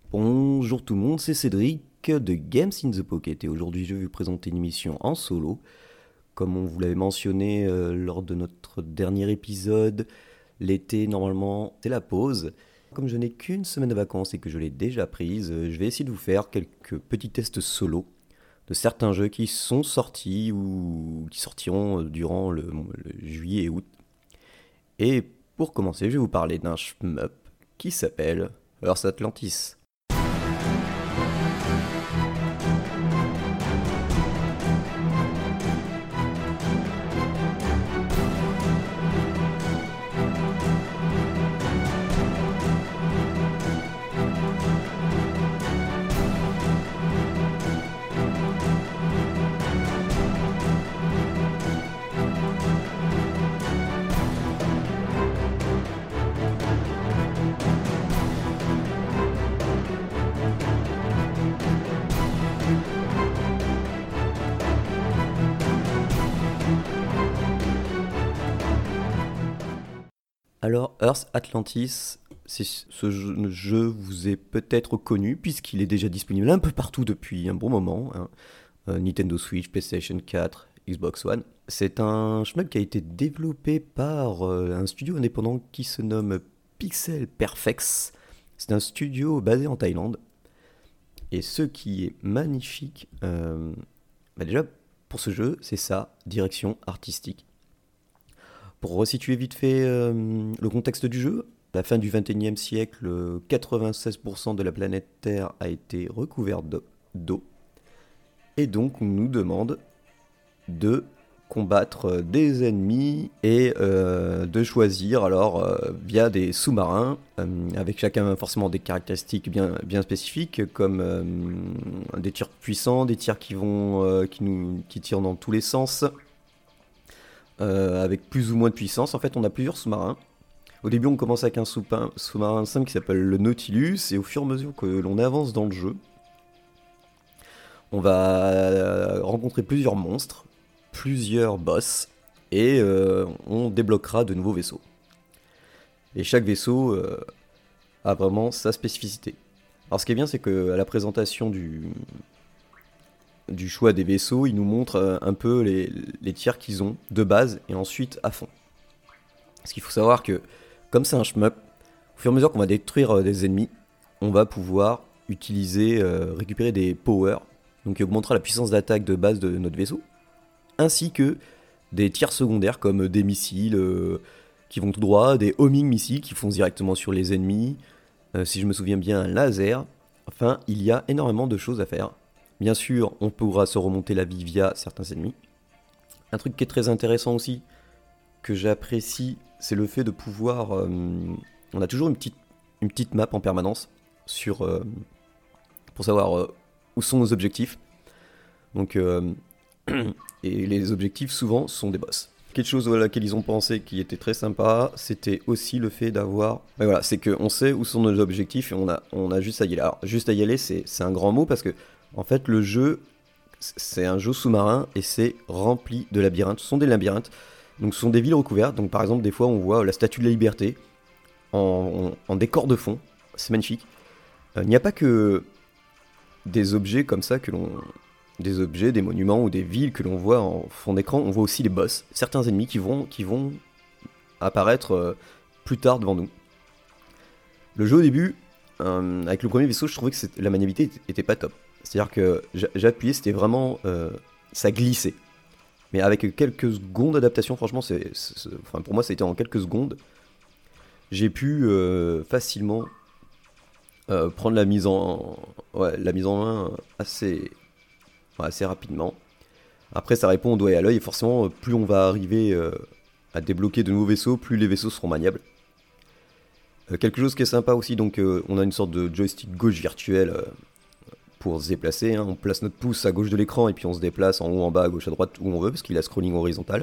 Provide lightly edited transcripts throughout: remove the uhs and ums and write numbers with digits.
Bonjour tout le monde, c'est Cédric de Games in the Pocket et aujourd'hui je vais vous présenter une émission en solo. Comme on vous l'avait mentionné lors de notre dernier épisode, l'été normalement c'est la pause. Comme je n'ai qu'une semaine de vacances et que je l'ai déjà prise, je vais essayer de vous faire quelques petits tests solo de certains jeux qui sont sortis ou qui sortiront durant le juillet et août. Et pour commencer, je vais vous parler d'un shmup qui s'appelle Earth Atlantis. Alors, Earth Atlantis, ce jeu vous est peut-être connu puisqu'il est déjà disponible un peu partout depuis un bon moment, hein. Nintendo Switch, PlayStation 4, Xbox One. C'est un shmup qui a été développé par un studio indépendant qui se nomme Pixel Perfects. C'est un studio basé en Thaïlande. Et ce qui est magnifique, déjà pour ce jeu, c'est sa direction artistique. Pour resituer vite fait le contexte du jeu, à la fin du XXIe siècle, 96% de la planète Terre a été recouverte d'eau. Et donc on nous demande de combattre des ennemis et de choisir alors via des sous-marins, avec chacun forcément des caractéristiques bien spécifiques, comme des tirs puissants, des tirs qui tirent dans tous les sens, avec plus ou moins de puissance. En fait, on a plusieurs sous-marins. Au début, on commence avec un sous-marin simple qui s'appelle le Nautilus, et au fur et à mesure que l'on avance dans le jeu, on va rencontrer plusieurs monstres, plusieurs boss, et on débloquera de nouveaux vaisseaux. Et chaque vaisseau a vraiment sa spécificité. Alors ce qui est bien, c'est qu'à la présentation du choix des vaisseaux, ils nous montrent un peu les tirs qu'ils ont de base et ensuite à fond. Parce qu'il faut savoir que, comme c'est un shmup, au fur et à mesure qu'on va détruire des ennemis, on va pouvoir récupérer des powers, donc qui augmentera la puissance d'attaque de base de notre vaisseau, ainsi que des tirs secondaires comme des missiles qui vont tout droit, des homing missiles qui foncent directement sur les ennemis, si je me souviens bien, un laser. Enfin, il y a énormément de choses à faire. Bien sûr, on pourra se remonter la vie via certains ennemis. Un truc qui est très intéressant aussi, que j'apprécie, c'est le fait de pouvoir... on a toujours une petite map en permanence pour savoir où sont nos objectifs. Donc, et les objectifs, souvent, sont des boss. Quelque chose à laquelle ils ont pensé qui était très sympa, c'était aussi le fait d'avoir... Mais voilà, c'est qu'on sait où sont nos objectifs et on a juste à y aller. Alors, juste à y aller, c'est un grand mot parce que, en fait, le jeu, c'est un jeu sous-marin et c'est rempli de labyrinthes. Ce sont des labyrinthes, donc ce sont des villes recouvertes. Donc, par exemple, des fois, on voit la Statue de la Liberté en décor de fond. C'est magnifique. Il n'y a pas que des objets comme ça des objets, des monuments ou des villes que l'on voit en fond d'écran. On voit aussi les boss, certains ennemis qui vont apparaître plus tard devant nous. Le jeu au début, avec le premier vaisseau, je trouvais que la maniabilité était pas top. C'est-à-dire que j'appuyais, c'était vraiment... ça glissait. Mais avec quelques secondes d'adaptation, franchement, enfin, pour moi, ça a été en quelques secondes. J'ai pu facilement prendre la mise en main assez rapidement. Après, ça répond au doigt et à l'œil, et forcément, plus on va arriver à débloquer de nouveaux vaisseaux, plus les vaisseaux seront maniables. Quelque chose qui est sympa aussi, donc on a une sorte de joystick gauche virtuel pour se déplacer, hein. On place notre pouce à gauche de l'écran et puis on se déplace en haut, en bas, à gauche, à droite, où on veut, parce qu'il a scrolling horizontal.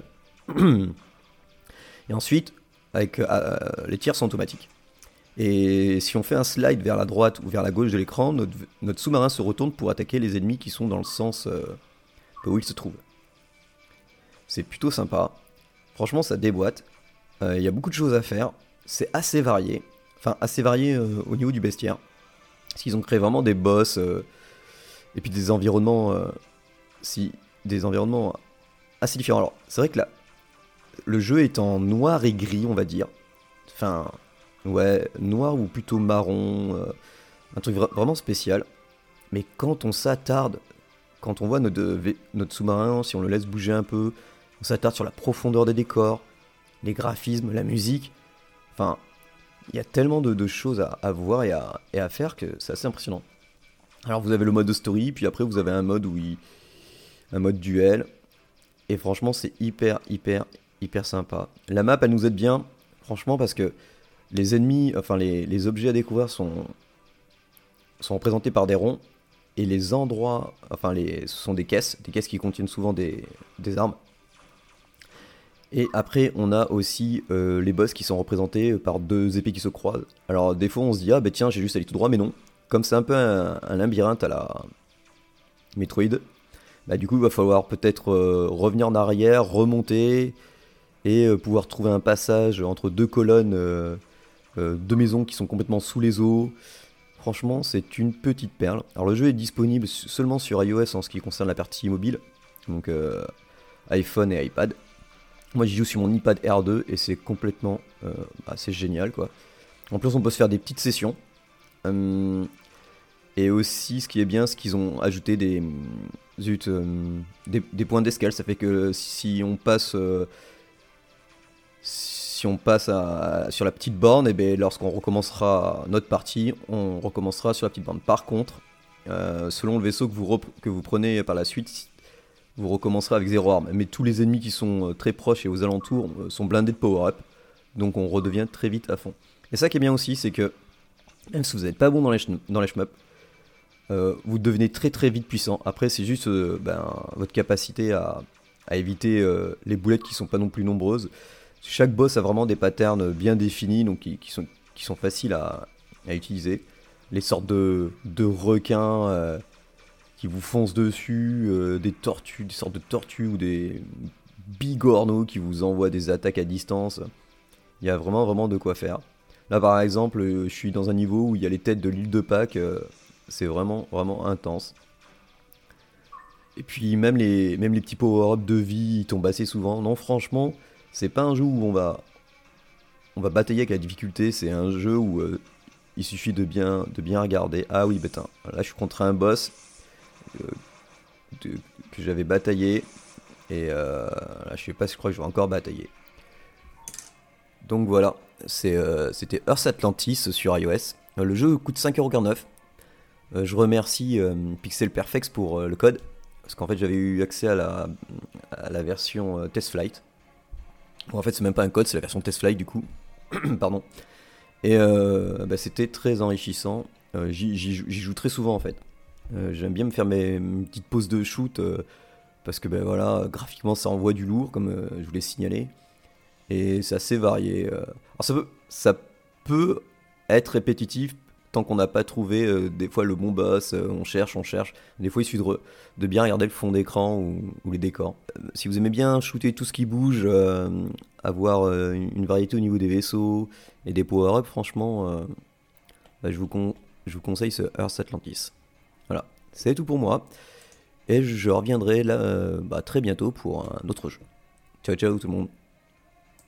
Et ensuite, les tirs sont automatiques. Et si on fait un slide vers la droite ou vers la gauche de l'écran, notre sous-marin se retourne pour attaquer les ennemis qui sont dans le sens où ils se trouvent. C'est plutôt sympa. Franchement, ça déboîte. Il y a beaucoup de choses à faire. C'est assez varié. Enfin, assez varié au niveau du bestiaire. Parce qu'ils ont créé vraiment des boss et puis des environnements, des environnements assez différents. Alors, c'est vrai que là, le jeu est en noir et gris, on va dire. Enfin, ouais, noir ou plutôt marron, un truc vraiment spécial. Mais quand on s'attarde, quand on voit notre sous-marin, si on le laisse bouger un peu, on s'attarde sur la profondeur des décors, les graphismes, la musique. Enfin, il y a tellement de choses à voir et à faire que c'est assez impressionnant. Alors vous avez le mode de story, puis après vous avez un mode un mode duel. Et franchement, c'est hyper sympa. La map, elle nous aide bien, franchement, parce que les ennemis, enfin les objets à découvrir sont représentés par des ronds. Et les endroits, enfin ce sont des caisses qui contiennent souvent des armes. Et après, on a aussi les boss qui sont représentés par deux épées qui se croisent. Alors des fois, on se dit, ah bah tiens, j'ai juste allé tout droit, mais non. Comme c'est un peu un labyrinthe à la Metroid, bah du coup, il va falloir peut-être revenir en arrière, remonter, et pouvoir trouver un passage entre deux colonnes, deux maisons qui sont complètement sous les eaux. Franchement, c'est une petite perle. Alors le jeu est disponible seulement sur iOS en ce qui concerne la partie mobile, donc iPhone et iPad. Moi j'y joue sur mon iPad R2 et c'est complètement c'est génial quoi. En plus on peut se faire des petites sessions. Et aussi ce qui est bien c'est qu'ils ont ajouté des points d'escale. Ça fait que si on passe sur la petite borne, et bien lorsqu'on recommencera notre partie, on recommencera sur la petite borne. Par contre, selon le vaisseau que vous prenez par la suite, vous recommencerez avec 0 arme. Mais tous les ennemis qui sont très proches et aux alentours sont blindés de power-up, donc on redevient très vite à fond. Et ça qui est bien aussi, c'est que même si vous n'êtes pas bon dans les shmups, vous devenez très vite puissant. Après, c'est juste votre capacité à éviter les boulettes qui sont pas non plus nombreuses. Chaque boss a vraiment des patterns bien définis, donc qui sont faciles à utiliser. Les sortes de requins qui vous foncent dessus, des sortes de tortues ou des bigorneaux qui vous envoient des attaques à distance. Il y a vraiment de quoi faire. Là par exemple, je suis dans un niveau où il y a les têtes de l'île de Pâques, c'est vraiment intense. Et puis même les petits power-up de vie ils tombent assez souvent. Non franchement, c'est pas un jeu où on va batailler avec la difficulté, c'est un jeu où il suffit de bien regarder. Ah oui, putain, là je suis contre un boss que j'avais bataillé. Et là je sais pas si je crois que je vais encore batailler. Donc voilà, c'était Earth Atlantis sur iOS. Le jeu coûte 5,49€. Je remercie Pixel Perfect pour le code. Parce qu'en fait j'avais eu accès à la version Test Flight. Bon, en fait c'est même pas un code, c'est la version Test Flight du coup. Pardon. Et c'était très enrichissant. J'y joue très souvent en fait. J'aime bien me faire mes petites pauses de shoot. Parce que voilà, graphiquement ça envoie du lourd comme je vous l'ai signalé. Et c'est assez varié. Alors ça peut être répétitif tant qu'on n'a pas trouvé des fois le bon boss, on cherche. Des fois il suffit de bien regarder le fond d'écran ou les décors. Si vous aimez bien shooter tout ce qui bouge, avoir une variété au niveau des vaisseaux et des power-ups, franchement, je vous conseille ce Earth Atlantis. Voilà, c'est tout pour moi. Et je reviendrai là très bientôt pour un autre jeu. Ciao tout le monde.